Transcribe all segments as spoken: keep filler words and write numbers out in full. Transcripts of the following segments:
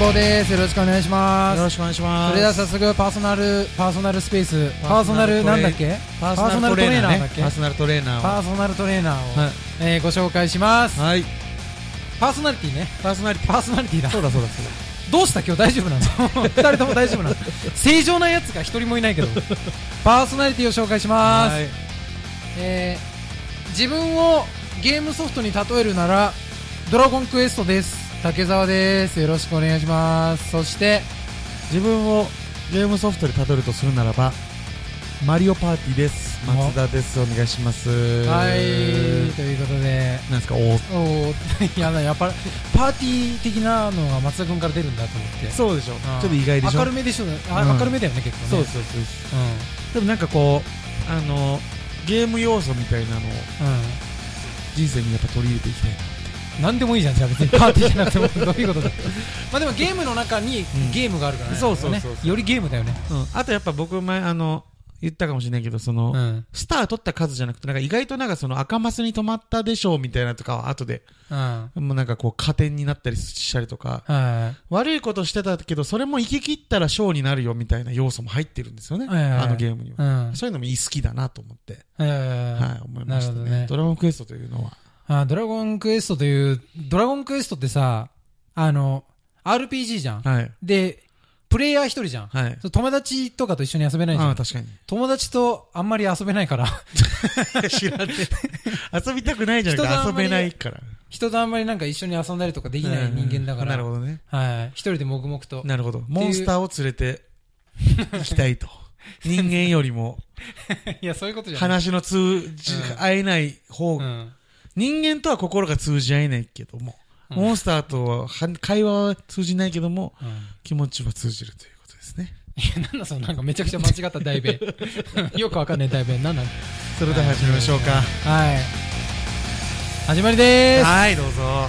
坊です。よろしくお願いします。 よろしくお願いします。 それでは早速パーソナルパーソナルスペースパーソナルなんだっけパーソナルトレーナーだっけパーソナルトレーナーをパーソナルトレーナーを、はいえー、ご紹介します。 はい。 パーソナリティね。 パーソナリティパーソナリティだ。 そうだそうだそうだ。 どうした今日大丈夫なの？二人とも大丈夫なの？正常なやつが一人もいないけど。パーソナリティを紹介します。はい、えー、自分をゲームソフトに例えるならドラゴンクエストです。竹澤です。よろしくお願いします。そして自分をゲームソフトで例えるとするならばマリオパーティーです。松田です。お願いします。 はいということでなんですかおーいややっぱパーティー的なのが松田君から出るんだと思って。 そうでしょ。ちょっと意外でしょ。 明るめでしょ、うん、明るめだよね結構ね。 そうそうそうそう、うん、でもなんかこうあのゲーム要素みたいなのを、うん、人生にやっぱ取り入れていきたいな。 なんでもいいじゃん。じゃあ別にパーティーじゃなくてもどういうことだまあでもゲームの中にゲームがあるからね、うん、そうそうそうそうよりゲームだよね、 うん、あとやっぱ僕前あの言ったかもしれないけどその、うん、スター取った数じゃなくてなんか意外となんかその赤マスに止まったでしょうみたいなとかは後で、うん、もうなんかこう加点になったりしたりとか、はい、悪いことしてたけどそれも行き切ったら賞になるよみたいな要素も入ってるんですよね、はいはいはい、あのゲームには、うん、そういうのも好きだなと思って、はいはいはいはい、思いました ね, ねドラゴンクエストというのはあドラゴンクエストというドラゴンクエストってさあの アールピージー じゃん、はい、でプレイヤー一人じゃん、はい、友達とかと一緒に遊べないじゃん。あ確かに友達とあんまり遊べないから知らんね遊びたくないじゃんか遊べないから人とあんまりなんか一緒に遊んだりとかできない人間だから、 なるほどね、 はい、一人で黙々となるほどモンスターを連れて行きたいと人間よりもいやそういうことじゃない話の通じ合えない方が、うんうん人間とは心が通じ合えないけども、うん、モンスターとは会話は通じないけども、うん、気持ちは通じるということですね。 いや、なんだそのなんかめちゃくちゃ間違った題名よくわかんない題名なんなんそれでは始めましょうか。 はい始まりでーす。 はいどうぞ。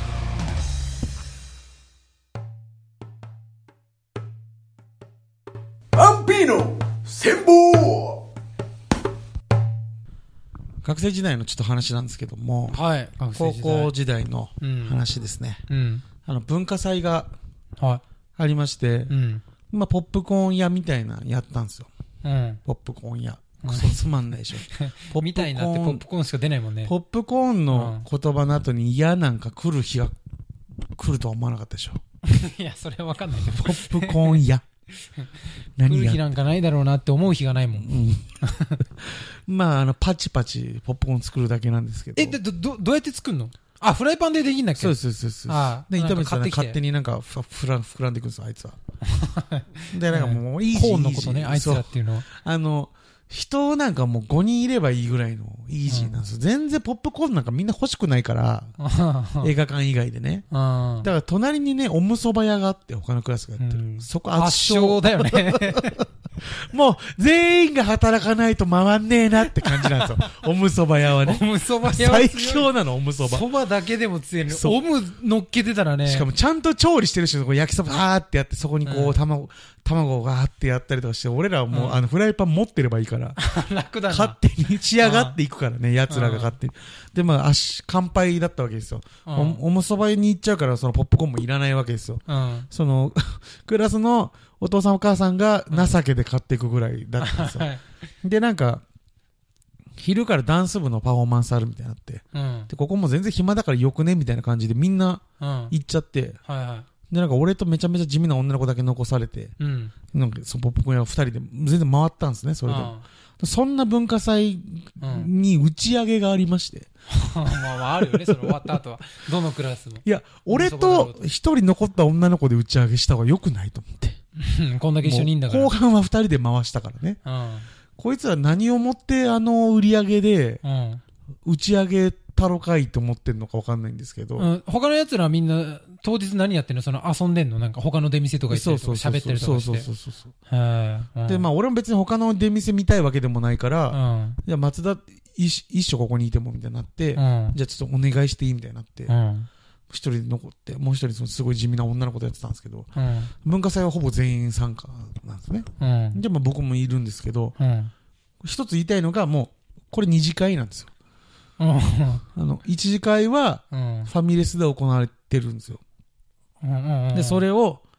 バンピーノ戦法学生時代のちょっと話なんですけども、 はい、 高校時代の話ですね、うん、あの文化祭がありまして、はいうんまあ、ポップコーン屋みたいなのやったんですよ、うん、ポップコーン屋クソつまんないでしょポップコーンみたいなってポップコーンしか出ないもんね。 ポップコーンの言葉の後に嫌なんか来る日が来るとは思わなかったでしょいやそれは分かんないけどポップコーン屋何来る日なんかないだろうなって思う日がないもん、うんまあ、あの、パチパチ、ポップコーン作るだけなんですけど。 え、で、ど、ど、どうやって作るの？あ、フライパンでできんだっけ？ そうです、そうです。ああ。で、炒めてたら勝手になんか、ふふら、膨らんでいくんですよ、あいつは。で、なんかもう、いいコーンのことね、あいつらっていうのは。 あの、人なんかもうごにんいればいいぐらいのイージーなんですよ、うん、全然ポップコーンなんかみんな欲しくないから映画館以外でねだから隣にねおむそば屋があって他のクラスがやってる、うん、そこ圧勝だよねもう全員が働かないと回んねえなって感じなんですよおむそば屋はねおむそば屋は最強なのおむそばそばだけでも強いね。おむ乗っけてたらねしかもちゃんと調理してるし焼きそばあーってやってそこにこう、うん、卵卵があってやったりとかして俺らはもう、うん、あのフライパン持ってればいいから楽だな勝手に仕上がっていくからね奴らが勝手にでまあ足乾杯だったわけですよ、うん、お, おむそばに行っちゃうからそのポップコーンもいらないわけですよ、うん、そのクラスのお父さんお母さんが情けで買っていくぐらいだったんですよ、はい、でなんか昼からダンス部のパフォーマンスあるみたいになって、うん、でここも全然暇だからよくねみたいな感じでみんな行っちゃって、うんはいはいでなんか俺とめちゃめちゃ地味な女の子だけ残されて、うん、なんかそのポップコーン屋ふたりで全然回ったんですねそれでもそんな文化祭に打ち上げがありまして、 うん、まああるよねそれ終わった後はどのクラスもいや俺と一人残った女の子で打ち上げした方が良くないと思ってこんだけ一緒にいんだから後半はふたりで回したからね、うん、こいつら何をもってあの売り上げで打ち上げたろかいと思ってんのか分かんないんですけど、うん、 他の奴らはみんな当日何やってんのその遊んでんのなんか他の出店とか行ったりとか喋ってるとかしてそうそうそうそう、うん、 でまあ俺も別に他の出店見たいわけでもないから、うん、じゃあ松田一緒ここにいてもみたいになって、うん、じゃあちょっとお願いしていいみたいになって一、うん、人で残ってもう一人そのすごい地味な女の子とやってたんですけど、うん、文化祭はほぼ全員参加なんですね、うん、でまあ僕もいるんですけど、うん、一つ言いたいのがもうこれ二次会なんですよあの一次会はファミレスで行われてるんですよ、うんうんうん、でそれを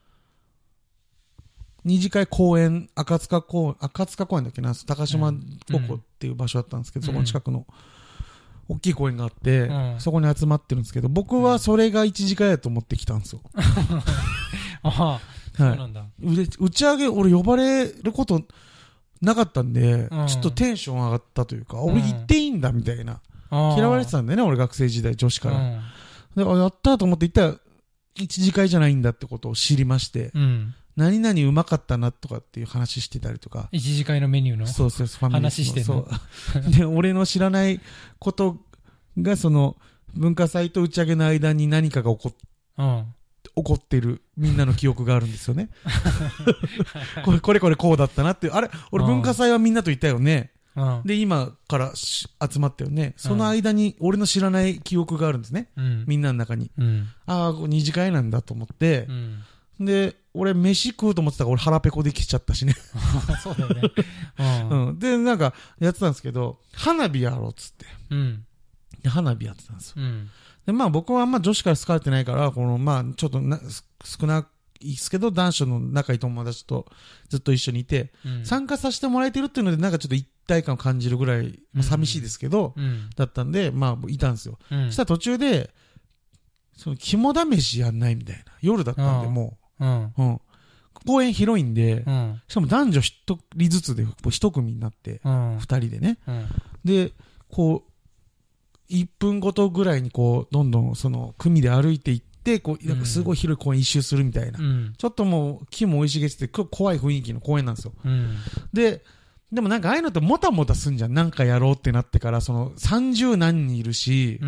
二次会公園、赤塚公園、赤塚公園だっけな、高島高校っていう場所だったんですけど、うん、そこの近くの大きい公園があって、うん、そこに集まってるんですけど、僕はそれが一次会だと思ってきたんですよ。 ああ、そうなんだ。 打ち上げ、俺呼ばれることなかったんで、うん、ちょっとテンション上がったというか、うん、俺行っていいんだみたいな。嫌われてたんだよね、俺学生時代、女子から。うん、でやったと思って行ったら、一次会じゃないんだってことを知りまして、うん、何々うまかったなとかっていう話してたりとか。 一次会のメニューのそうそう、ファミリー話してんの。 そう。で、俺の知らないことが、その、文化祭と打ち上げの間に何かが起こっ、うん、起こってるみんなの記憶があるんですよね。これ、これこれこうだったなっていう。あれ俺文化祭はみんなといたよね。うん、で、今から集まったよね。その間に俺の知らない記憶があるんですね。うん、みんなの中に。うん、ああ、二次会なんだと思って、うん、で、俺飯食うと思ってたから俺腹ペコできちゃったしね。 そうだよね、 うんうん。で、なんかやってたんですけど、花火やろうっつって。うん、で花火やってたんですよ。うん、で、まあ僕はあんま女子から好かれてないから、この、まあちょっとな少ないいですけど、男子の仲いい友達とずっと一緒にいて、うん、参加させてもらえてるっていうので、なんかちょっと一体感を感じるぐらい、まあ、寂しいですけど、うん、だったんで、まあ、いたんですよ。うん、そしたら途中で、その、肝試しやんないみたいな。夜だったんで、もう、うんうん、公園広いんで、うん、しかも男女一人ずつで、一組になって、二、うん、人でね、うん。で、こう、一分ごとぐらいにこう、どんどんその、組で歩いていって、で、こう、なんかすごい広い公園一周するみたいな。うん、ちょっともう、木も生い茂ってて、怖い雰囲気の公園なんですよ。うん、で、でもなんかああいうのってもたもたすんじゃん。なんかやろうってなってから、その、三十何人いるし、うん、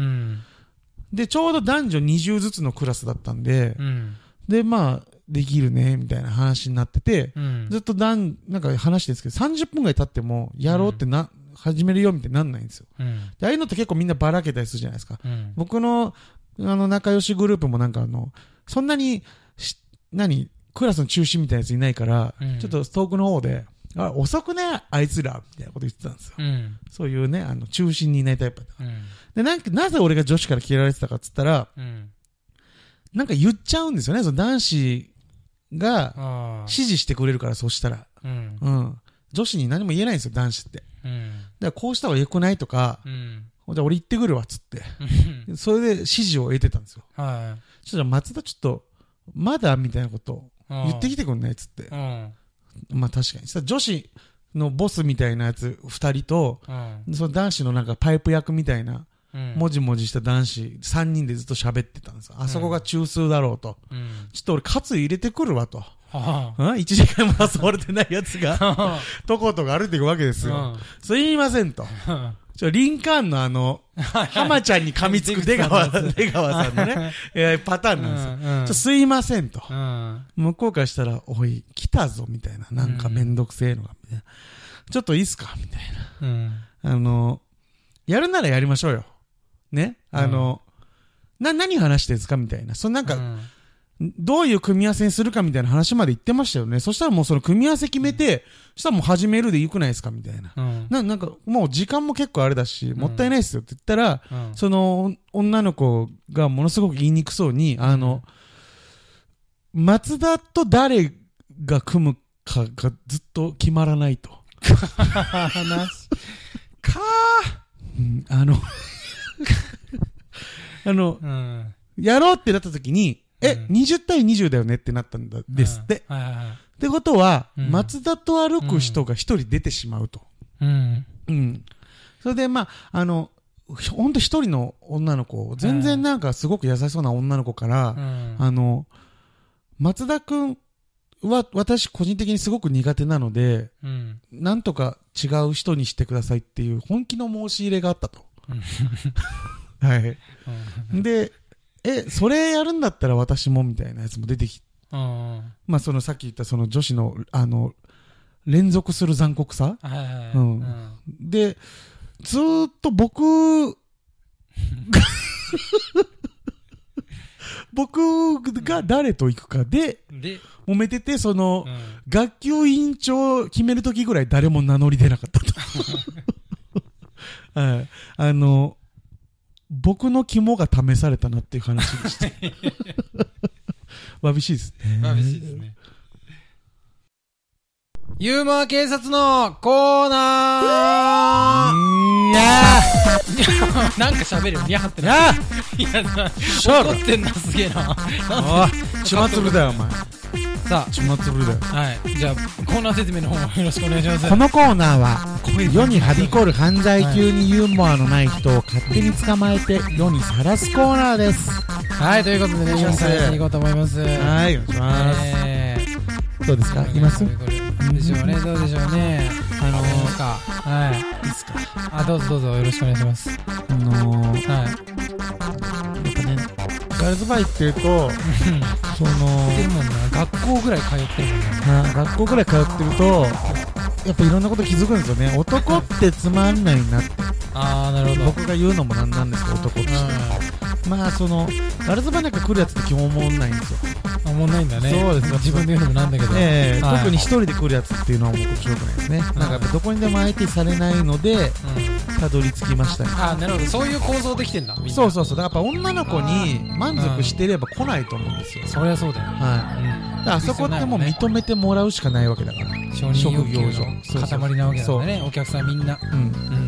で、ちょうど男女二十ずつのクラスだったんで、うん、で、まあ、できるね、みたいな話になってて、うん、ずっとだん、なんか話してるんですけど、さんじゅっぷんぐらい経っても、やろうってな、うん、始めるよ、みたいになんないんですよ。うん、で、ああいうのって結構みんなばらけたりするじゃないですか。うん、僕の、あの、仲良しグループもなんかあの、そんなに、何、クラスの中心みたいなやついないから、うん、ちょっと遠くの方で、あ、遅くね、あいつら、みたいなこと言ってたんですよ。うん、そういうね、あの、中心にいないタイプだった。うん、で、なんか、なぜ俺が女子から嫌われてたかっつったら、うん、なんか言っちゃうんですよね、その男子が、指示してくれるから、そうしたら。うん。うん。女子に何も言えないんですよ、男子って。うん。だからこうした方が良くないとか、うん。じゃあ俺行ってくるわ、つって。それで指示を得てたんですよ。はい。ちょっと松田ちょっと、まだみたいなことを言ってきてくんないつって。うん。まあ確かに。さ、女子のボスみたいなやつ二人と、うん、その男子のなんかパイプ役みたいな、うん、もじもじした男子三人でずっと喋ってたんですよ。あそこが中枢だろうと。うん、ちょっと俺カツ入れてくるわと。はあ、一時間も遊ばれてないやつが、とことか歩いていくわけですよ。うん、それ言いませんと。ちょ、リンカーンのあの、浜ちゃんに噛みつく出川、出川さんのね、えー、パターンなんですよ。うんうん、ちょ、すいませんと。うん、向こうからしたら、おい、来たぞ、みたいな。なんかめんどくせえのが、みたいな。ちょっといいっすかみたいな、うん。あの、やるならやりましょうよ。ねあの、うん、な、何話してるんですかみたいな。そのなんか、うんどういう組み合わせにするかみたいな話まで言ってましたよね。そしたらもうその組み合わせ決めて、うん、そしたらもう始めるでよくないですかみたいな、うん、な。なんかもう時間も結構あれだし、もったいないですよって言ったら、うん、その女の子がものすごく言いにくそうに、あの、うん、松田と誰が組むかがずっと決まらないと。話かー、うん、あの、あの、うん、やろうってなった時に、え、うん、にじゅうたいにじゅうだよねってなったんだ、ですって。うんはいはいはい、ってことは、うん、松田と歩く人が一人出てしまうと。うん。うん。それで、まあ、あの、ほんと一人の女の子、全然なんかすごく優しそうな女の子から、うん、あの、松田くんは私個人的にすごく苦手なので、うん、なんとか違う人にしてくださいっていう本気の申し入れがあったと。はい。で、え、それやるんだったら私もみたいなやつも出てきて、まあそのさっき言ったその女子のあの連続する残酷さ、うん、でずーっと僕僕が誰と行くかで揉めてて、その、うん、学級委員長決めるときぐらい誰も名乗り出なかったと、はい、あの僕の肝が試されたなっていう話でした。わびしいですね。 わびしいですね。 ユーモア警察のコーナーいやーなんか喋るよ、にゃーってな。いや、怒ってんな、すげえな。 おい、ちまつぶだよ、お前。 さあ、 ちまつぶだよ。 はい。じゃあ、コーナー説明の方もよろしくお願いします。 このコーナーは、世にはびこる犯罪級にユーモアのない人を勝手に捕まえて世にさらすコーナーです。 はい、ということでね、今回やっていこうと思います。 はい、お願いします。 えー、どうですか、います？ どうでしょうね、どうでしょうね。 あのー、か。はい。 いいっすか。 あ、どうぞどうぞ、よろしくお願いします。 あのー、 はい。 やっぱね、ガールズバー行ってると、その、 行ってるもんな、学校ぐらい通ってるもんな。 学校ぐらい通ってると、やっぱいろんなこと気づくんですよね。男ってつまんないなって。 あー、なるほど。 僕が言うのもなんなんですけど、男って。まあ、その、ガールズバーなんか来るやつって基本思んないんですよ。 思んないんだね。 そうですよ。 自分で言うのもなんだけど。 ええー、 はい、 特に一人で来るやつっていうのはもう面白くないですね。なんかやっぱどこにでも相手されないので、たどり着きましたね。 あー、なるほど。そういう構造できてんだ。みんな。 そうそうそう。だからやっぱ女の子に満足してれば来ないと思うんですよ。 そりゃそうだよ。 はい。だからあそこってもう認めてもらうしかないわけだから。 承認欲求の塊なわけだからね、お客さんみんな。 うん。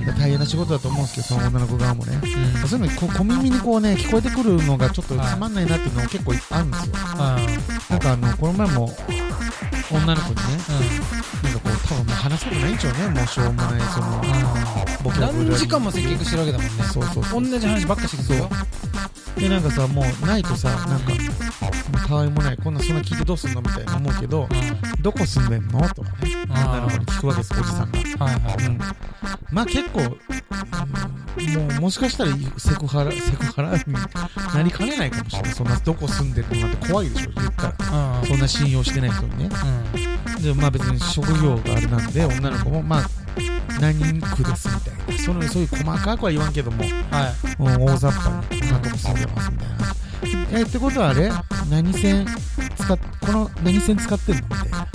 大変な仕事だと思うんですけど、その女の子側もね。そういうのこ小耳にこうね、聞こえてくるのがちょっとつまんないなっていうのが結構あるんですよ。なんかあの、この前も女の子にね、なんかこう多分もう話すことないんでしょうね、もうしょうもないそのボキャブラリー。 何時間も接客してるわけだもんね。 そうそうそう。 同じ話ばっかしてるんですよ。 でなんかさ、もうないとさ、なんかたわいもない、こんなそんな聞いてどうすんのみたいな思うけど、どこ住んでんのとかね、女の子に聞くわけです、おじさんが。はいはい。うん。まあ結構、もうもしかしたらセクハラ、セクハラになりかねないかもしれない。そんなどこ住んでるのなんて怖いでしょ、言ったら。そんな信用してない人にね。でまあ別に職業があれなんで、女の子もまあ何人区ですみたいな。そのそういう細かくは言わんけども、はい、もう大雑把にこんなとこ住んでますみたいな。えってことはあれ何線使っこの何線使ってんのみたいな。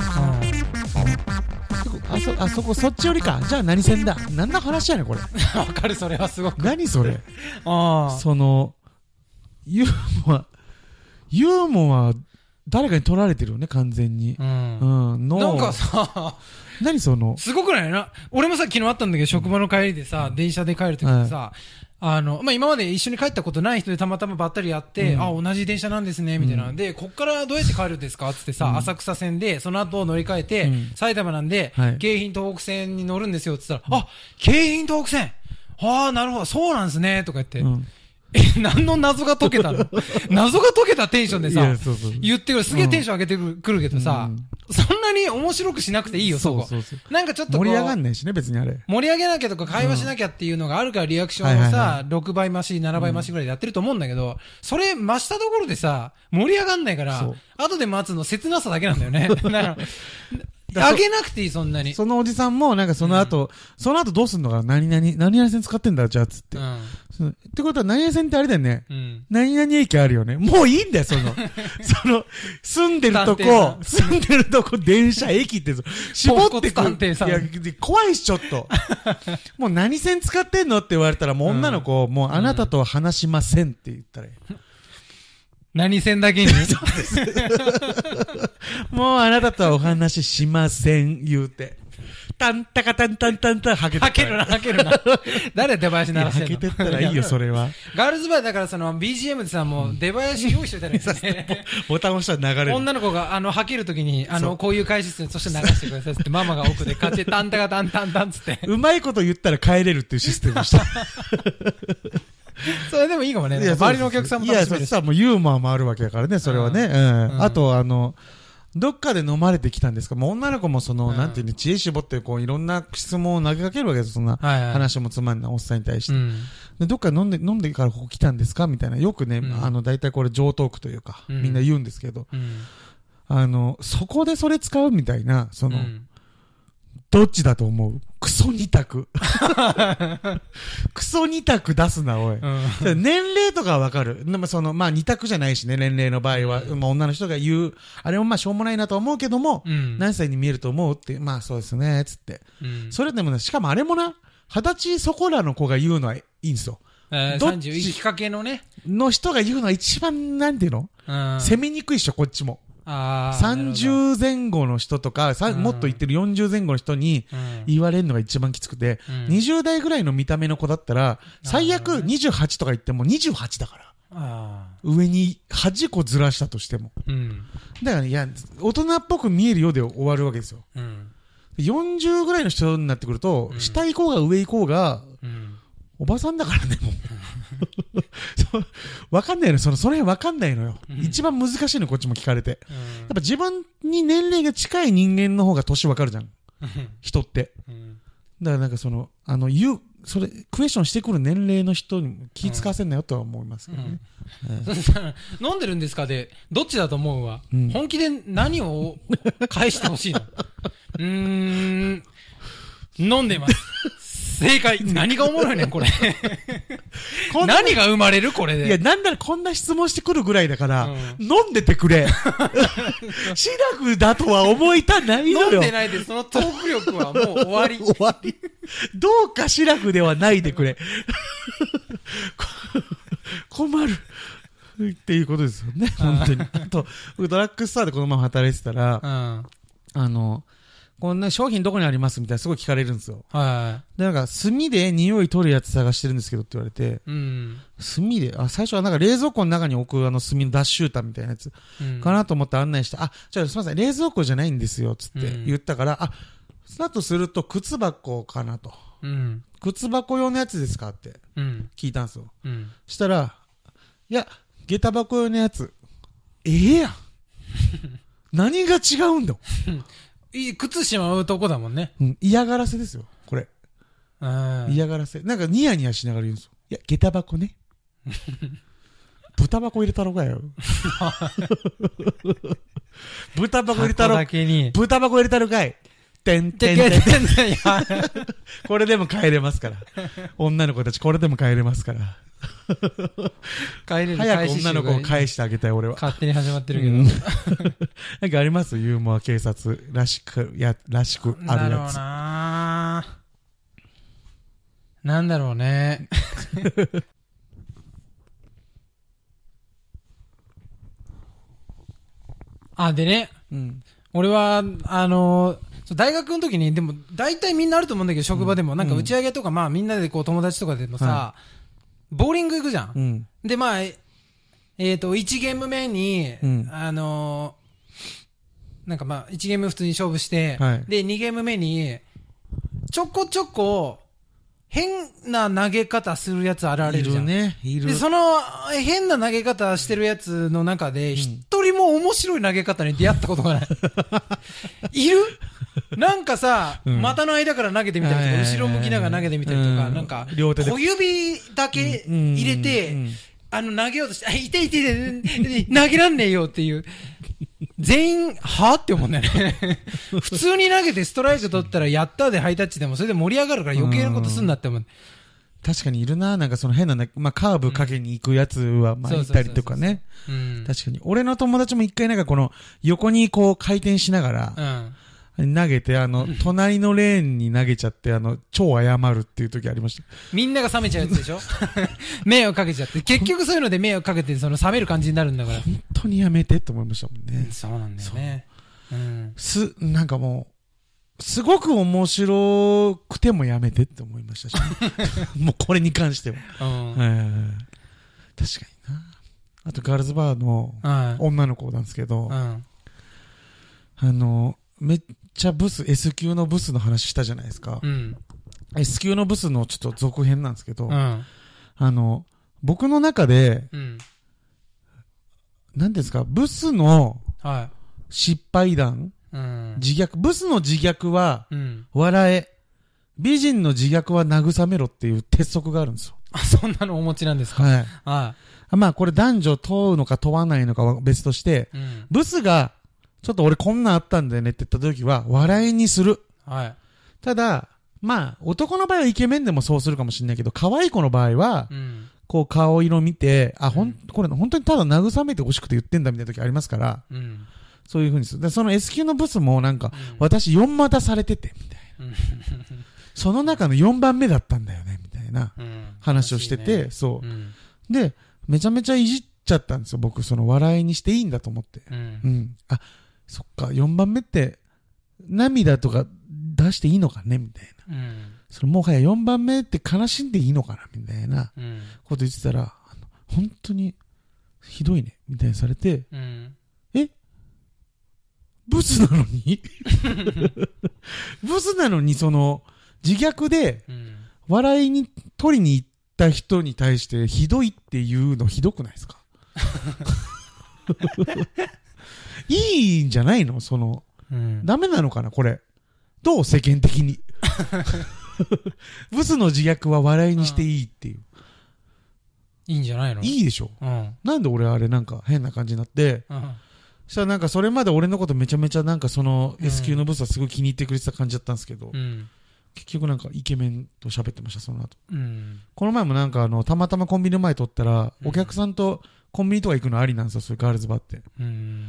あそあそこそっちよりか。じゃあ何線だ。何の話やねんこれ。 わかる、それはすごく。 何それ。あそのユーモアユーモア誰かに取られてるよね完全に。うん。うん、のなんかさ。 何そのすごくないな。俺もさ、昨日あったんだけど、職場の帰りでさ、電車で帰るときにさ、はい、あの、まあ、今まで一緒に帰ったことない人でたまたまばったり会って、うん、あ、同じ電車なんですね、みたいな。うん、で、こっからどうやって帰るんですかつってさ、うん、浅草線で、その後乗り換えて、うん、埼玉なんで、はい、京浜東北線に乗るんですよ、つったら、うん、あ、京浜東北線ああ、なるほど、そうなんですね、とか言って。うんえ、何の謎が解けたの謎が解けたテンションでさ、そうそう言ってくる。すげえテンション上げてくるけどさ、うん、そんなに面白くしなくていいよ、そこ。そうそうそうなんかちょっとこう。 盛り上がんないしね、別にあれ。 盛り上げなきゃとか会話しなきゃっていうのがあるからリアクションをさ、ろくばい増し、ななばい増しぐらいでやってると思うんだけど、それ増したところでさ、盛り上がんないから、後で待つの切なさだけなんだよね。だからあげなくていい、そんなに。 そのおじさんも、なんかその後、うん、その後どうすんのかな何々、何々線使ってんだ、じゃあ、つって。うん、ってことは、何々線ってあれだよね。うん、何々駅あるよね。もういいんだよ、その。その、住んでるとこ、住んでるとこ、電車、駅って、絞ってくる。いや、怖いし、ちょっと。もう何線使ってんのって言われたら、もう女の子、うん、もうあなたとは話しませんって言ったらいい。 何線だけにもうあなたとはお話ししません言うてタンタカタンタンタンタンはけてはけるなはけるな誰出囃子鳴らしてんの。 はけてったらいいよそれは。 ガールズバーだからその ビージーエム でさもう出囃子用意しといたらいいですねボタン押したら流れる。 女の子があのはけるときにあのこういう解説そして流してくださいってママが奥で買ってタンタカタンタンタンつってうまいこと言ったら帰れるっていうシステムでしたそれでもいいかもね。周りのお客さんも楽しめるし。いや、そしたらもうユーモアもあるわけだからね、それはね。うん。うん、あと、あの、どっかで飲まれてきたんですか。もう女の子もその、うん、なんていうの、知恵絞って、こう、いろんな質問を投げかけるわけです。そんな、話もつまんないおっさんに対して。うん、でどっか飲んで、飲んでからここ来たんですかみたいな。よくね、うん、あの、大体これ上トークというか、うん、みんな言うんですけど、うん、あの、そこでそれ使うみたいな、その、うんどっちだと思う？クソ二択。クソ二択出すな、おい。うん、年齢とかはわかる。でもその、まあ二択じゃないしね、年齢の場合は。まあ女の人が言う、あれもまあしょうもないなと思うけども、うん、何歳に見えると思うって、まあそうですね、つって。うん、それでもね、しかもあれもな、二十歳そこらの子が言うのはいいんですよ。 えー、さんじゅういきかけのね。 の人が言うのは一番、なんていうの、うん、攻めにくいっしょ、こっちも。 あさんじゅうぜん後の人とか、さもっと言ってるよんじゅうぜん後の人に言われるのが一番きつくて、うん、にじゅう代ぐらいの見た目の子だったら、最悪にじゅうはちとか言ってもにじゅうはちだから。あ上にはちこずらしたとしても。うん、だから、ね、いや、大人っぽく見えるようで終わるわけですよ。うん、よんじゅうぐらいの人になってくると、うん、下行こうが上行こうが、うん、おばさんだからね、もう。わかんないの、その、その辺わかんないのよ。うん、一番難しいの、こっちも聞かれて。うん、やっぱ自分に年齢が近い人間の方が年わかるじゃん。人って。うん、だからなんかその、あの、言う、それ、クエスチョンしてくる年齢の人に気使わせんなよとは思いますけどね。 うんうん、飲んでるんですかで、どっちだと思うわ。うん、本気で何を返してほしいのうーん、飲んでます。正解。何がおもろいねん、これ。何が生まれるこれで。 いや、なんならこんな質問してくるぐらいだから、うん、飲んでてくれ。シラフだとは思いたないのよ。 飲んでないで、そのトーク力はもう終わり。 終わり。どうかシラフではないでくれ。困る。っていうことですよね、本当に。あと、ドラッグストアでこのまま働いてたら、うん、あの、こんな商品どこにありますみたいなすごい聞かれるんですよ。はい。で、なんか、炭で匂い取るやつ探してるんですけどって言われて、うん。炭で、あ、最初はなんか冷蔵庫の中に置くあの炭の脱臭炭みたいなやつ、かなと思って案内して、うん、あ、じゃあすみません、冷蔵庫じゃないんですよ、つって言ったから、うん、あ、だとすると靴箱かなと。うん。靴箱用のやつですかって聞いたんですよ。うん。したら、いや、下駄箱用のやつ、ええやん。何が違うんだいい靴しまうとこだもんね。 うん、嫌がらせですよ、これ。嫌がらせ。なんかニヤニヤしながら言うんですよ。いや、下駄箱ね。豚箱入れたろかよ。豚箱入れたろ。豚箱入れたろかい。てんてんてんてん。これでも帰れますから。女の子たちこれでも帰れますから。 帰れる早く女の子を返してあげたい俺は。 勝手に始まってるけど。 うん、なんかありますユーモア警察らしく、や、らしくあるやつ。 なんだろうななんだろうね。あ、でね。うん、俺は、あのー、大学の時に、でも大体みんなあると思うんだけど、職場でも、なんか打ち上げとか、まあみんなでこう友達とかでもさ、はい、ボーリング行くじゃん。うん、で、まあ、えっ、ー、と、いちゲーム目に、うん、あのー、なんかまあ、いちゲーム普通に勝負して、はい、で、にゲーム目に、ちょこちょこ、変な投げ方するやつ現れるじゃん。いるね、いる。で、その変な投げ方してるやつの中で、一人も面白い投げ方に出会ったことがない。いるなんかさ、うん、股の間から投げてみたりとか、後ろ向きながら投げてみたりとか、うん、なんか、小指だけ入れて、うんうんうん、あの、投げようとして、あ、いていていて、投げらんねえよっていう。全員、はぁって思うんだよね。普通に投げてストライク取ったら、やったーでハイタッチでも、それで盛り上がるから余計なことすんなって思う。 確かにいるな、なんかその変な、まあ、カーブかけに行くやつは、まあ、いたりとかね。確かに。俺の友達も一回なんかこの、横にこう回転しながら、うん、投げて、あの、隣のレーンに投げちゃって、あの、超謝るっていう時ありました。 みんなが冷めちゃうやつでしょ迷惑かけちゃって。結局そういうので迷惑かけて、その冷める感じになるんだから。 本当にやめてって思いましたもんね。 うん、そうなんだよね。うん、 す、なんかもう、すごく面白くてもやめてって思いましたし、もうこれに関しては。うん、えー、確かにな。あと、ガールズバーの女の子なんですけど、うん、あの、めっちゃブス、S 級のブスの話したじゃないですか。うん、S 級のブスのちょっと続編なんですけど、うん、あの、僕の中で、うん、何ですか、ブスの失敗談、うん、自虐、ブスの自虐は、うん、笑え、美人の自虐は慰めろっていう鉄則があるんですよ。 あ、そんなのお持ちなんですか。はい。 ああ、まあこれ男女問うのか問わないのかは別として、うん、ブスが、ちょっと俺こんなんあったんだよねって言った時は、笑いにする。はい。ただ、まあ、男の場合はイケメンでもそうするかもしれないけど、可愛い子の場合は、うん、こう顔色見て、あ、ほん、これ本当にただ慰めてほしくて言ってんだみたいな時ありますから、うん、そういう風にする。で、その S 級のブスもなんか、うん、私よん股されてて、みたいな。うん、その中のよんばんめだったんだよね、みたいな話をしてて、うんね、そう、うん。で、めちゃめちゃいじっちゃったんですよ。僕、その笑いにしていいんだと思って。 うん。 うん。あ、そっか、よんばんめって、涙とか出していいのかねみたいな。 うん。 そのもはやよんばんめって悲しんでいいのかなみたいなこと言ってたら、あの本当にひどいね、みたいにされて、 うん、 えブスなのにブスなのに、その、自虐で、笑いに取りに行った人に対してひどいっていうのひどくないですかいいんじゃないのその、うん、ダメなのかなこれ。どう世間的に。ブスの自虐は笑いにしていいっていう。 うん、いいんじゃないの？ いいでしょ、 うん、 なんで俺あれなんか変な感じになって、うん、そしたらなんかそれまで俺のことめちゃめちゃなんかその S 級のブスはすごい気に入ってくれてた感じだったんですけど、うん、結局なんかイケメンと喋ってましたその後、うん、この前もなんかあのたまたまコンビニの前通ったら、お客さんとコンビニとか行くのありなんですよ、そういうガールズバーって、うん、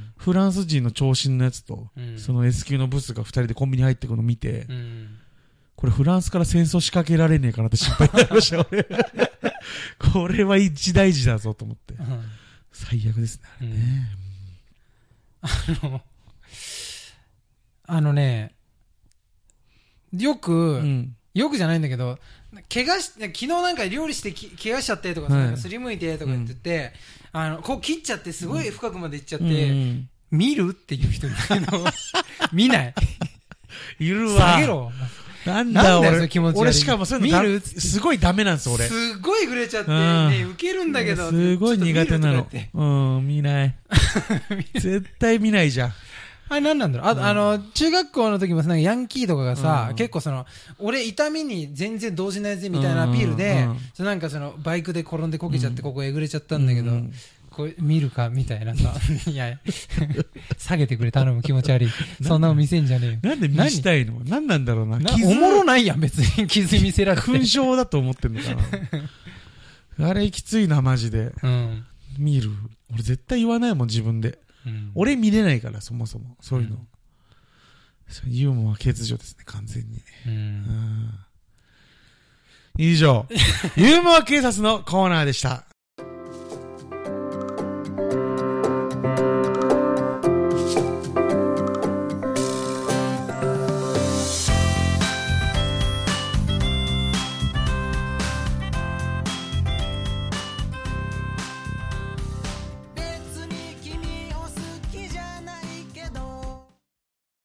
フランス人の長身のやつと、うん、その S 級のブスがふたりでコンビニ入ってくのを見て、うん、これフランスから戦争仕掛けられねえかなって心配になりました俺これは一大事だぞと思って、うん、最悪ですねあれね、 うん、あのあのねよく、うん、よくじゃないんだけど、怪我し昨日なんか料理してき怪我しちゃってとか、はい、なんかすりむいてとか言ってて、うん、あのこう切っちゃってすごい深くまでいっちゃって、うん、見るっていう人いるけど見ないいるわ。 下げろ。 なんだ俺気持ち悪い。 俺しかもそういうの見るすごいダメなんです俺。 すごい触れちゃってね、ウケるんだけどすごい苦手なの。うん見ない絶対見ないじゃん。 あれ何なんだろう、あ、うん、あの中学校の時もなんかヤンキーとかがさ、うん、結構その俺痛みに全然動じないぜみたいなアピールで、うんうん、そのなんかそのバイクで転んでこけちゃってここえぐれちゃったんだけど、うん、これ見るかみたいなさいや下げてくれ頼む気持ち悪いそんなの見せんじゃねえよ。 なんで見したいの？何なんだろうな。 おもろないやん別に傷見せられて。 勲章だと思ってんのかなあれきついなマジで、うん、見る俺絶対言わないもん自分で。うん、俺見れないからそもそもそういうの、うん、ユーモア欠如ですね完全に、うんうん、以上ユーモア警察のコーナーでした。